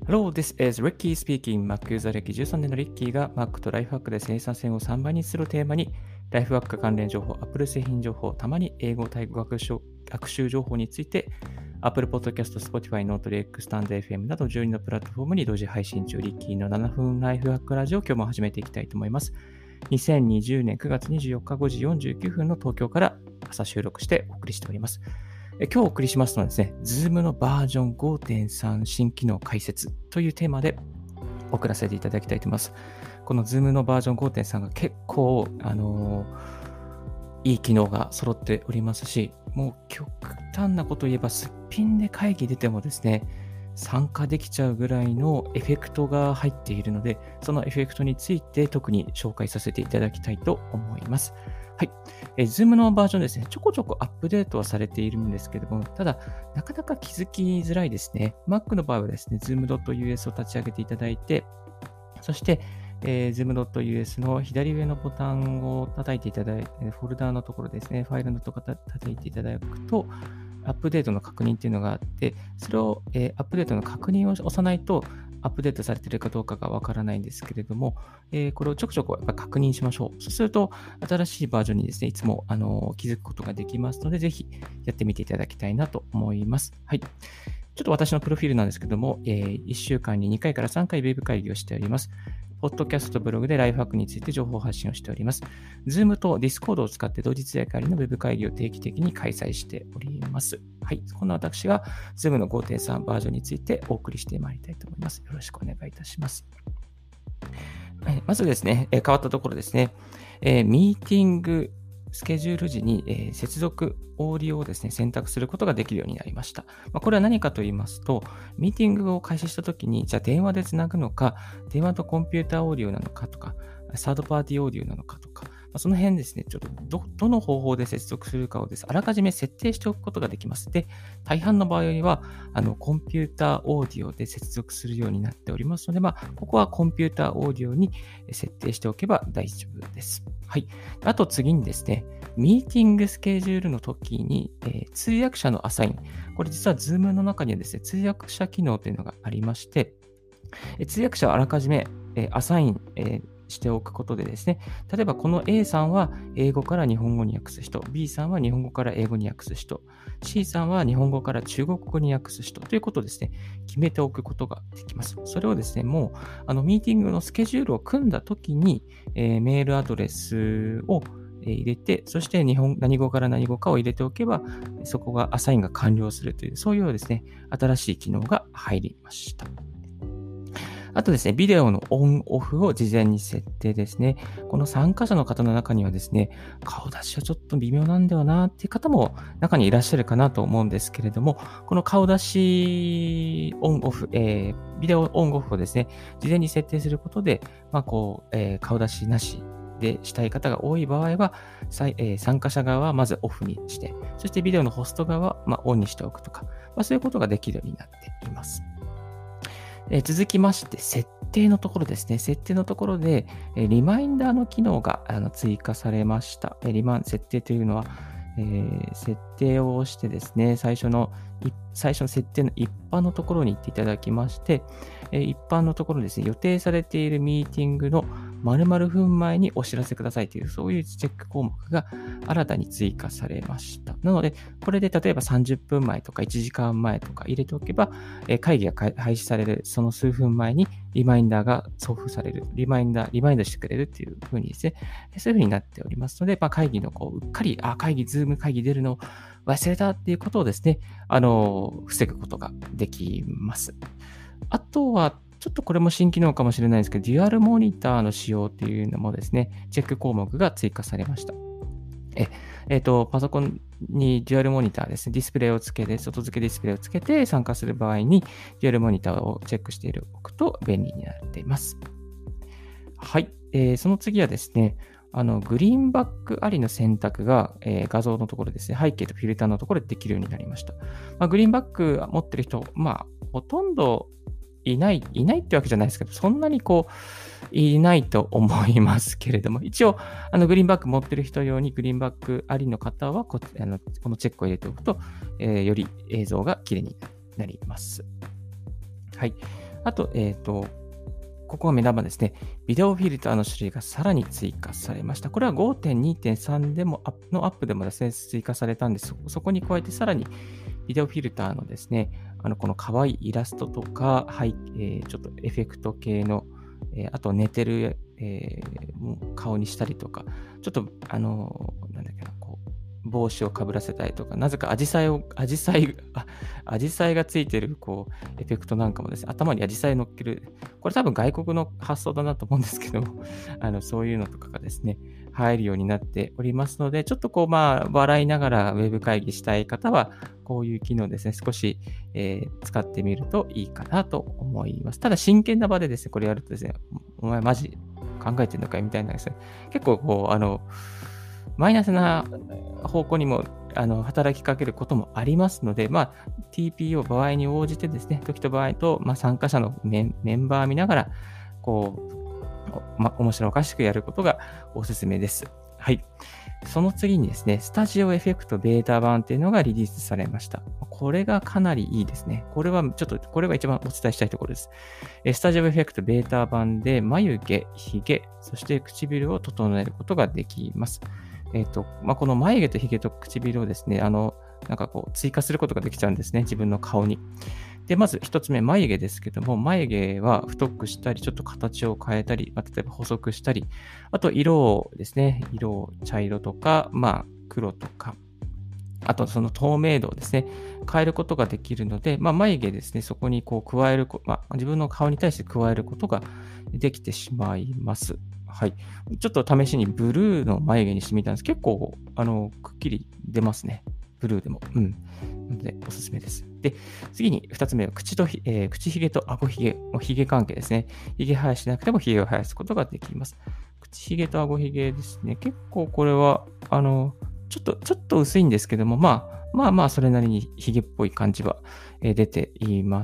Hello, this is Ricky speaking. Mac ユーザー歴13年のリッキーが Mac とライフハックで生産性を3倍にするをテーマに、ライフハック関連情報、Apple 製品情報、たまに英語対語学習情報について、Apple Podcast、Spotify、Note、X、Stand FM など12のプラットフォームに同時配信中、リッキーの7分ライフハックラジオを今日も始めていきたいと思います。2020年9月24日5時49分の東京から朝収録してお送りしております。今日お送りしますのはですね、Zoom のバージョン 5.3 新機能解説というテーマで送らせていただきたいと思います。この Zoom のバージョン 5.3 が結構、いい機能が揃っておりますし、もう極端なことを言えばすっぴんで会議出てもですね、参加できちゃうぐらいのエフェクトが入っているので、そのエフェクトについて特に紹介させていただきたいと思います。はい。Zoom のバージョンですね、ちょこちょこアップデートはされているんですけれども、ただ、なかなか気づきづらいですね。Mac の場合はですね、zoom.us を立ち上げていただいて、そして、zoom.us の左上のボタンを叩いていただいて、フォルダーのところですね、ファイルのところを叩いていただくと、アップデートの確認っていうのがあって、それを、アップデートの確認を押さないと、アップデートされているかどうかがわからないんですけれども、これをちょくちょくやっぱ確認しましょう。そうすると、新しいバージョンにですね、いつも気づくことができますので、ぜひやってみていただきたいなと思います。はい。ちょっと私のプロフィールなんですけども、1週間に2回から3回ウェブ会議をしております。ポッドキャストブログでライフハックについて情報発信をしております。Zoom と Discord を使って同日通訳ありのウェブ会議を定期的に開催しております。はい。こんな私が Zoom の 5.3 バージョンについてお送りしてまいりたいと思います。よろしくお願いいたします。まずですね、変わったところですね、ミーティングスケジュール時に、接続オーディオをですね、選択することができるようになりました。これは何かと言いますと、ミーティングを開始したときに、じゃあ電話でつなぐのか、電話とコンピューターオーディオなのかとか、サードパーティーオーディオなのかとか、その辺ですね、ちょっとどの方法で接続するかをです、あらかじめ設定しておくことができます。で、大半の場合は、コンピューターオーディオで接続するようになっておりますので、ここはコンピューターオーディオに設定しておけば大丈夫です。はい。あと次にですね、ミーティングスケジュールの時に、通訳者のアサイン。これ実は Zoom の中にはですね、通訳者機能というのがありまして、通訳者をあらかじめ、アサイン、しておくことでですね、例えばこの A さんは英語から日本語に訳す人、B さんは日本語から英語に訳す人、C さんは日本語から中国語に訳す人ということをですね、決めておくことができます。それをですね、もうミーティングのスケジュールを組んだときに、メールアドレスを入れて、そして何語から何語かを入れておけば、そこがアサインが完了するという、そういうですね、新しい機能が入りました。あとですね、ビデオのオンオフを事前に設定ですね。この参加者の方の中にはですね、顔出しはちょっと微妙なんだよなっていう方も中にいらっしゃるかなと思うんですけれども、この顔出しオンオフ、ビデオオンオフをですね、事前に設定することで、顔出しなしでしたい方が多い場合は、参加者側はまずオフにして、そしてビデオのホスト側はオンにしておくとか、そういうことができるようになっています。続きまして、設定のところですね。設定のところで、リマインダーの機能が追加されました。設定というのは、設定を押してですね、最初の設定の一般のところに行っていただきまして、一般のところですね、予定されているミーティングの〇〇分前にお知らせくださいという、そういうチェック項目が新たに追加されました。なので、これで例えば30分前とか1時間前とか入れておけば、会議が開始されるその数分前にリマインダーが送付される、リマインダーしてくれるっていう風にですね、そういう風になっておりますので、会議のうっかり、Zoom 会議出るの忘れたっていうことをですね、防ぐことができます。あとは、ちょっとこれも新機能かもしれないですけど、デュアルモニターの使用っていうのもですね、チェック項目が追加されました。パソコンにデュアルモニターですね、ディスプレイをつけて、外付けディスプレイをつけて参加する場合に、デュアルモニターをチェックしておくと便利になっています。はい。その次はですね、グリーンバックありの選択が、画像のところですね、背景とフィルターのところでできるようになりました。グリーンバック持ってる人、ほとんどいないってわけじゃないですけど、そんなにいないと思いますけれども、一応、グリーンバック持ってる人用にグリーンバックありの方はこのチェックを入れておくと、より映像が綺麗になります。はい。 あと、ここが目玉ですね。ビデオフィルターの種類がさらに追加されました。これは 5.2.3 でものアップでもですね、追加されたんです。そこに加えてさらにビデオフィルターのですね、この可愛いイラストとか、ちょっとエフェクト系の、あと寝てる、顔にしたりとか、ちょっと、なんだっけな、こう、帽子をかぶらせたりとか、なぜかアジサイがついてる、こう、エフェクトなんかもですね、頭にアジサイ乗っける、これ多分外国の発想だなと思うんですけど、そういうのとかがですね、入るようになっておりますので、ちょっとこう、笑いながらウェブ会議したい方は、こういう機能ですね、少し、使ってみるといいかなと思います。ただ、真剣な場でですね、これやるとですね、お前マジ考えてんのかいみたいなですね、結構こう、マイナスな方向にも働きかけることもありますので、TPO 場合に応じてですね、時と場合と、参加者のメンバー見ながら、こう、面白おかしくやることがおすすめです。はい。その次にですね、スタジオエフェクトベータ版っていうのがリリースされました。これがかなりいいですね。これは一番お伝えしたいところです。スタジオエフェクトベータ版で眉毛、髭、そして唇を整えることができます。この眉毛と髭と唇をですね、追加することができちゃうんですね。自分の顔に。で、まず一つ目、眉毛ですけども、眉毛は太くしたり、ちょっと形を変えたり、例えば細くしたり、あと色をですね、茶色とか、黒とか、あとその透明度をですね、変えることができるので、眉毛ですね、そこにこう加える、自分の顔に対して加えることができてしまいます。はい。ちょっと試しにブルーの眉毛にしてみたんです。結構、くっきり出ますね。ブルーでも。なので、おすすめです。で、次に2つ目は口ひげと顎ひげ、ひげ関係ですね。ひげ生やしなくてもひげを生やすことができます。口ひげと顎ひげですね。結構これは、ちょっと薄いんですけども、それなりにヒゲっぽい感じは出ています。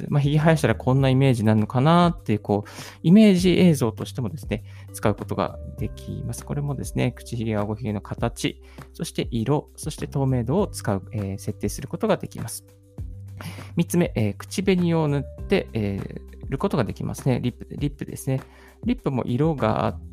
ヒゲ生やしたらこんなイメージなのかなっていう、こう、イメージ映像としてもですね、使うことができます。これもですね、口ひげ、顎ひげの形、そして色、そして透明度を設定することができます。3つ目、口紅を塗って、ることができますね。リップですね。リップも色があって、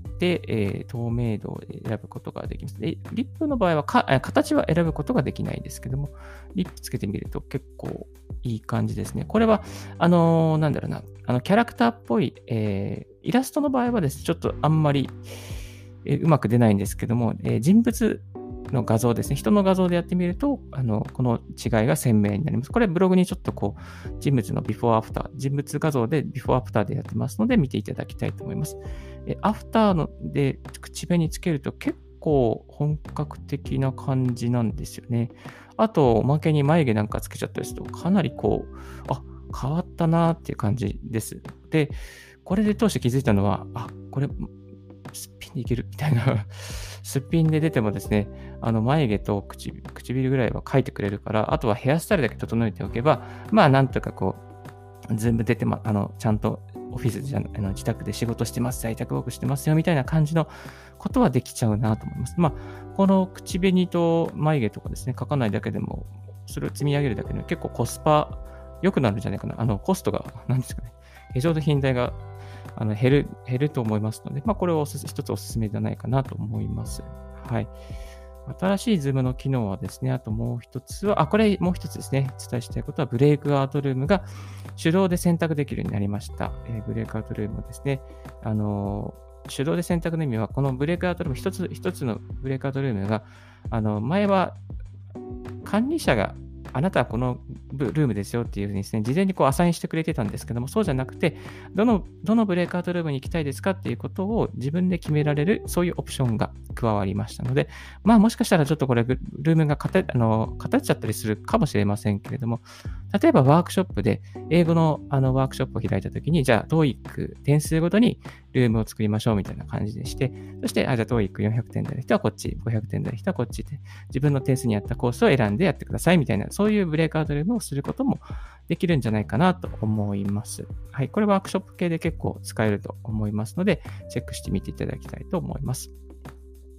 透明度を選ぶことができます。でリップの場合は形は選ぶことができないですけども、リップつけてみると結構いい感じですね。これは、キャラクターっぽい、イラストの場合はですね、ちょっとあんまり、うまく出ないんですけども、人物の画像ですね。人の画像でやってみると、この違いが鮮明になります。これブログにちょっとこう、人物のビフォーアフター、人物画像でビフォーアフターでやってますので、見ていただきたいと思います。アフターで口紅つけると結構本格的な感じなんですよね。あと、おまけに眉毛なんかつけちゃったりすると、かなりこう、変わったなっていう感じです。で、これで通して気づいたのは、これ、すっぴんでいけるみたいなすっぴんで出てもですね、眉毛と唇ぐらいは描いてくれるから、あとはヘアスタイルだけ整えておけば、なんとかこう、全部出てちゃんとオフィス自宅で仕事してます、在宅ワークしてますよ、みたいな感じのことはできちゃうなと思います。この口紅と眉毛とかですね、描かないだけでも、それを積み上げるだけでも結構コスパ良くなるんじゃないかな。コストが、なんですかね、化粧品代が減ると思いますので、これは一つおすすめじゃないかなと思います。はい。新しい Zoom の機能はですね、あともう一つは、これもう一つですね、お伝えしたいことは、ブレイクアウトルームが手動で選択できるようになりました。ブレイクアウトルームですね。手動で選択の意味は、このブレイクアウトルーム、一つのブレイクアウトルームが、前は管理者があなたはこのルームですよっていうふうにですね、事前にこうアサインしてくれてたんですけども、そうじゃなくて、どのブレイクアウトルームに行きたいですかっていうことを自分で決められる、そういうオプションが加わりましたので、もしかしたらちょっとこれ、ルームが偏っちゃったりするかもしれませんけれども、例えばワークショップで、英語のワークショップを開いたときに、じゃあ、TOEIC 点数ごとにルームを作りましょうみたいな感じでして、そして、じゃあ TOEIC400 点である人はこっち、500点である人はこっちで、自分の点数に合ったコースを選んでやってくださいみたいな、そういうブレイクアウトルームをすることもできるんじゃないかなと思います。はい。これワークショップ系で結構使えると思いますので、チェックしてみていただきたいと思います。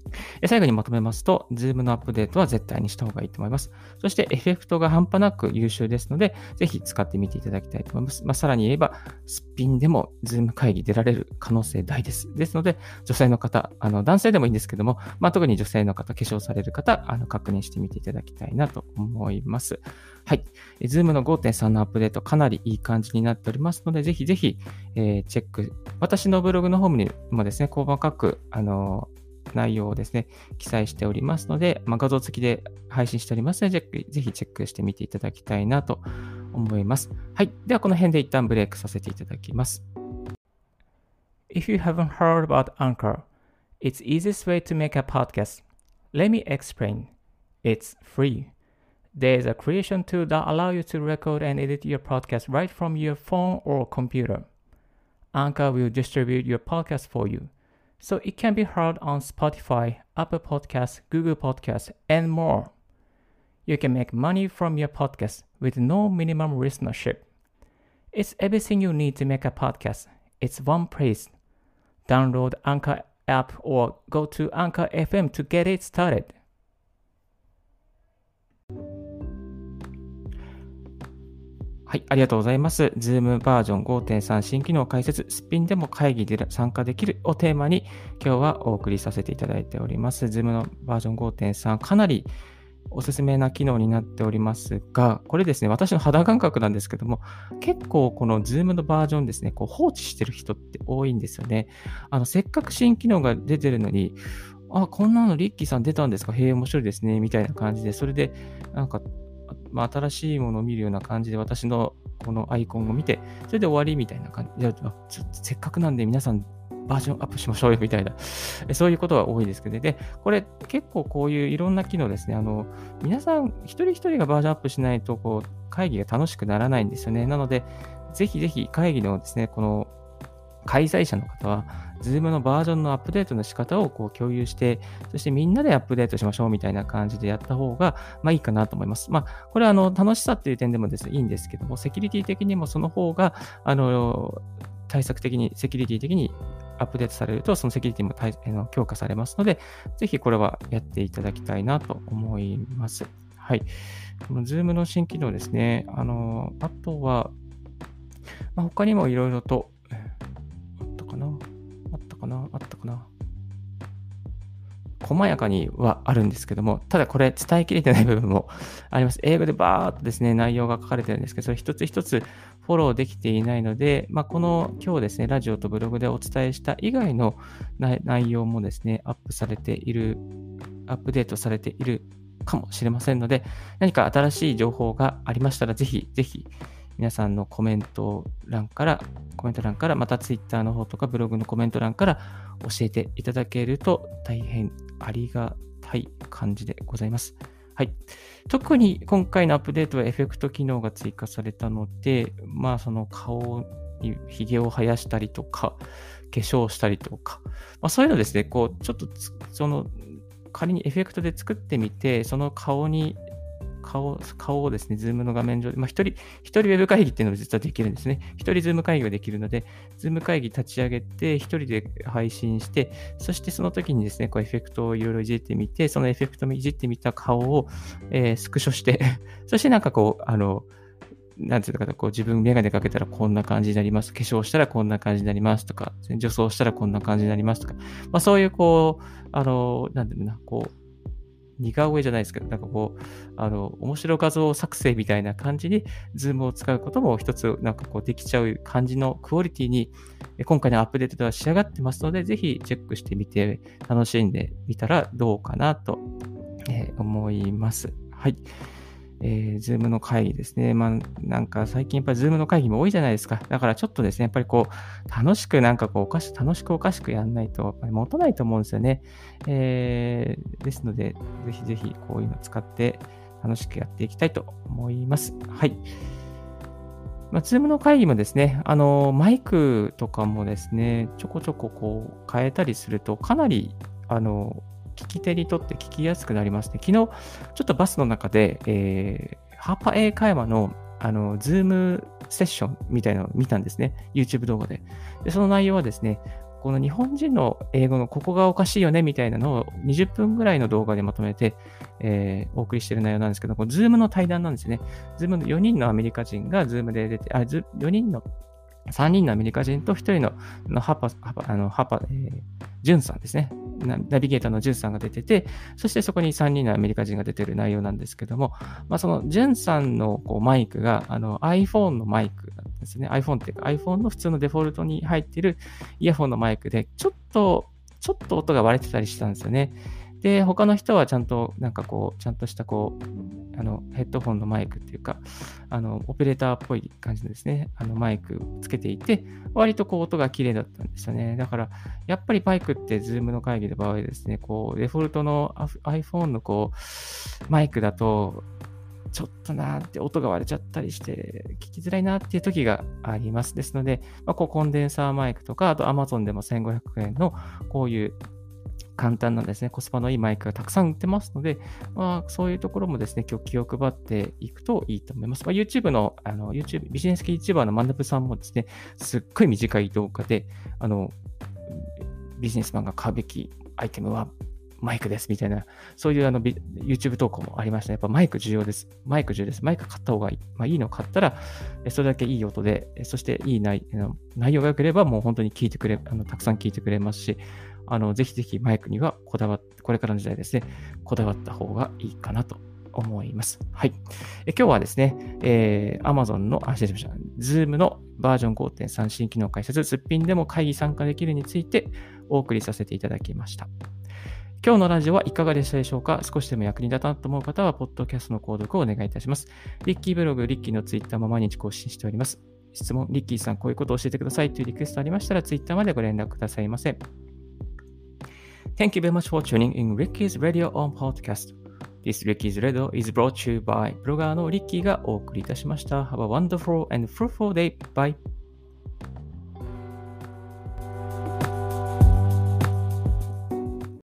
最後にまとめますと、Zoom のアップデートは絶対にした方がいいと思います。そしてエフェクトが半端なく優秀ですので、ぜひ使ってみていただきたいと思います。さらに言えば、すっぴんでも Zoom 会議出られる可能性大です。ですので、女性の方、男性でもいいんですけども、特に女性の方、化粧される方、確認してみていただきたいなと思います。はい。Zoom の 5.3 のアップデート、かなりいい感じになっておりますので、ぜひぜひ、チェック。私のブログのホームにもですね、細かく、内容をですね、記載しておりますので、画像付きで配信しておりますので、ぜひチェックしてみていただきたいなと思います。はい。では、この辺で一旦ブレイクさせていただきます。If you haven't heard about Anchor, it's the easiest way to make a podcast. Let me explain. It's free. There's a creation tool that allows you to record and edit your podcast right from your phone or computer. Anchor will distribute your podcast for you.So it can be heard on Spotify, Apple Podcasts, Google Podcasts, and more. You can make money from your podcast with no minimum listenership. It's everything you need to make a podcast. It's one place. Download Anchor app or go to Anchor FM to get it started.はい、ありがとうございます。Zoom バージョン 5.3 新機能解説、すっぴんでも会議で参加できるをテーマに今日はお送りさせていただいております。Zoom のバージョン 5.3 かなりおすすめな機能になっておりますが、これですね、私の肌感覚なんですけども、結構この Zoom のバージョンですね、放置してる人って多いんですよね。せっかく新機能が出てるのに、こんなのリッキーさん出たんですか？へえ、面白いですね、みたいな感じで、それで新しいものを見るような感じで私のこのアイコンを見て、それで終わりみたいな感じで、せっかくなんで皆さんバージョンアップしましょうよみたいな、そういうことが多いですけどね。で、これ結構こういういろんな機能ですね、皆さん一人一人がバージョンアップしないと会議が楽しくならないんですよね。なので、ぜひぜひ会議のですね、この開催者の方は、Zoom のバージョンのアップデートの仕方を共有して、そしてみんなでアップデートしましょうみたいな感じでやった方が、いいかなと思います。これは楽しさっていう点でもですね、いいんですけども、セキュリティ的にもその方が、対策的に、セキュリティ的にアップデートされると、そのセキュリティも強化されますので、ぜひこれはやっていただきたいなと思います。はい。この Zoom の新機能ですね。あとは、他にもいろいろと、あったかな。細やかにはあるんですけども、ただこれ伝えきれてない部分もあります。英語でバーっとですね、内容が書かれてるんですけど、それ一つ一つフォローできていないので、この今日ですね、ラジオとブログでお伝えした以外の内容もですね、アップデートされているかもしれませんので、何か新しい情報がありましたら、ぜひぜひ、皆さんのコメント欄から、また Twitter の方とかブログのコメント欄から教えていただけると大変ありがたい感じでございます。はい。特に今回のアップデートはエフェクト機能が追加されたので、その顔に髭を生やしたりとか、化粧したりとか、そういうのですね、ちょっと仮にエフェクトで作ってみて、その顔をですね、ズームの画面上で、一人ウェブ会議っていうのも実はできるんですね。一人ズーム会議ができるので、ズーム会議立ち上げて、一人で配信して、そしてその時にですね、エフェクトをいろいろいじってみて、そのエフェクトもいじってみた顔を、スクショして、そしてなんていうのかな、自分メガネかけたらこんな感じになります。化粧したらこんな感じになりますとか、女装したらこんな感じになりますとか、そういうなんていうのかな、似顔絵じゃないですけど、面白画像作成みたいな感じに、ズームを使うことも一つ、できちゃう感じのクオリティに、今回のアップデートでは仕上がってますので、ぜひチェックしてみて、楽しんでみたらどうかなと、思います。はい。ズームの会議ですね。最近やっぱりズームの会議も多いじゃないですか。だからちょっとですね、やっぱり楽しくおかしくやんないと、持たないと思うんですよね。ですので、ぜひぜひこういうのを使って楽しくやっていきたいと思います。はい。ズームの会議もですね、マイクとかもですね、ちょこちょこ変えたりすると、かなり、聞き手にとって聞きやすくなりますね。昨日、ちょっとバスの中で、ハーパー英会話の、ズームセッションみたいなのを見たんですね。YouTube 動画で。で、その内容はですね、 この日本人の英語のここがおかしいよねみたいなのを20分ぐらいの動画でまとめて、お送りしている内容なんですけど、この Zoom の対談なんですね。Zoom の4人のアメリカ人が Zoom で出て、3人のアメリカ人と1人のジュンさんですね。ナビゲーターのジュンさんが出てて、そしてそこに3人のアメリカ人が出ている内容なんですけども、そのジュンさんのマイクがiPhone のマイクなんですね。iPhone っていうか iPhone の普通のデフォルトに入っているイヤホンのマイクで、ちょっと音が割れてたりしたんですよね。で、他の人はちゃんとちゃんとしたヘッドホンのマイクっていうか、オペレーターっぽい感じのですね、マイクつけていて、割と音が綺麗だったんですよね。だから、やっぱりマイクって Zoom の会議の場合ですね、デフォルトの iPhone のマイクだと、ちょっとなーって音が割れちゃったりして聞きづらいなっていう時があります。ですので、コンデンサーマイクとか、あと Amazon でも1500円のこういう簡単なですね、コスパのいいマイクがたくさん売ってますので、そういうところもですね、気を配っていくといいと思います。YouTube の、ビジネス系 YouTuber のマンダブさんもですね、すっごい短い動画で、ビジネスマンが買うべきアイテムはマイクですみたいな、そういうYouTube 投稿もありました。やっぱマイク重要です。マイク買った方がいい。いいのを買ったら、それだけいい音で、そしていい内容が良ければ、もう本当にたくさん聞いてくれますし、ぜひぜひマイクにはこれからの時代ですね、こだわった方がいいかなと思います。はい。今日はですね、Amazon の、Zoom のバージョン 5.3 新機能開設、すっぴんでも会議参加できるについてお送りさせていただきました。今日のラジオはいかがでしたでしょうか？少しでも役に立たなと思う方は、ポッドキャストの購読をお願いいたします。リッキーブログ、リッキーのツイッターも毎日更新しております。質問、リッキーさんこういうことを教えてくださいというリクエストありましたら、ツイッターまでご連絡くださいませ。Thank you very much for tuning in Ricky's Radio on Podcast. This Ricky's Radio is brought to you by ブロガーのリッキーがお送りいたしました。Have a wonderful and fruitful day. Bye.